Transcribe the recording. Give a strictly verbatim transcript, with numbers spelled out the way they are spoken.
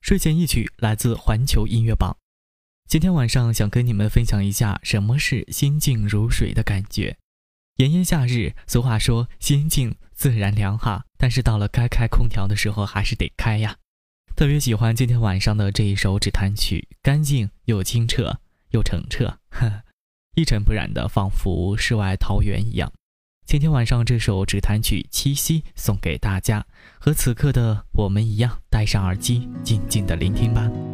睡前一曲来自环球音乐榜。今天晚上想跟你们分享一下什么是心静如水的感觉。炎炎夏日，俗话说心静自然凉哈，但是到了该开空调的时候还是得开呀。特别喜欢今天晚上的这一首指弹曲，干净又清澈又澄澈，呵一尘不染的，仿佛世外桃源一样。今天晚上这首指弹曲《七夕》送给大家，和此刻的我们一样，戴上耳机静静的聆听吧。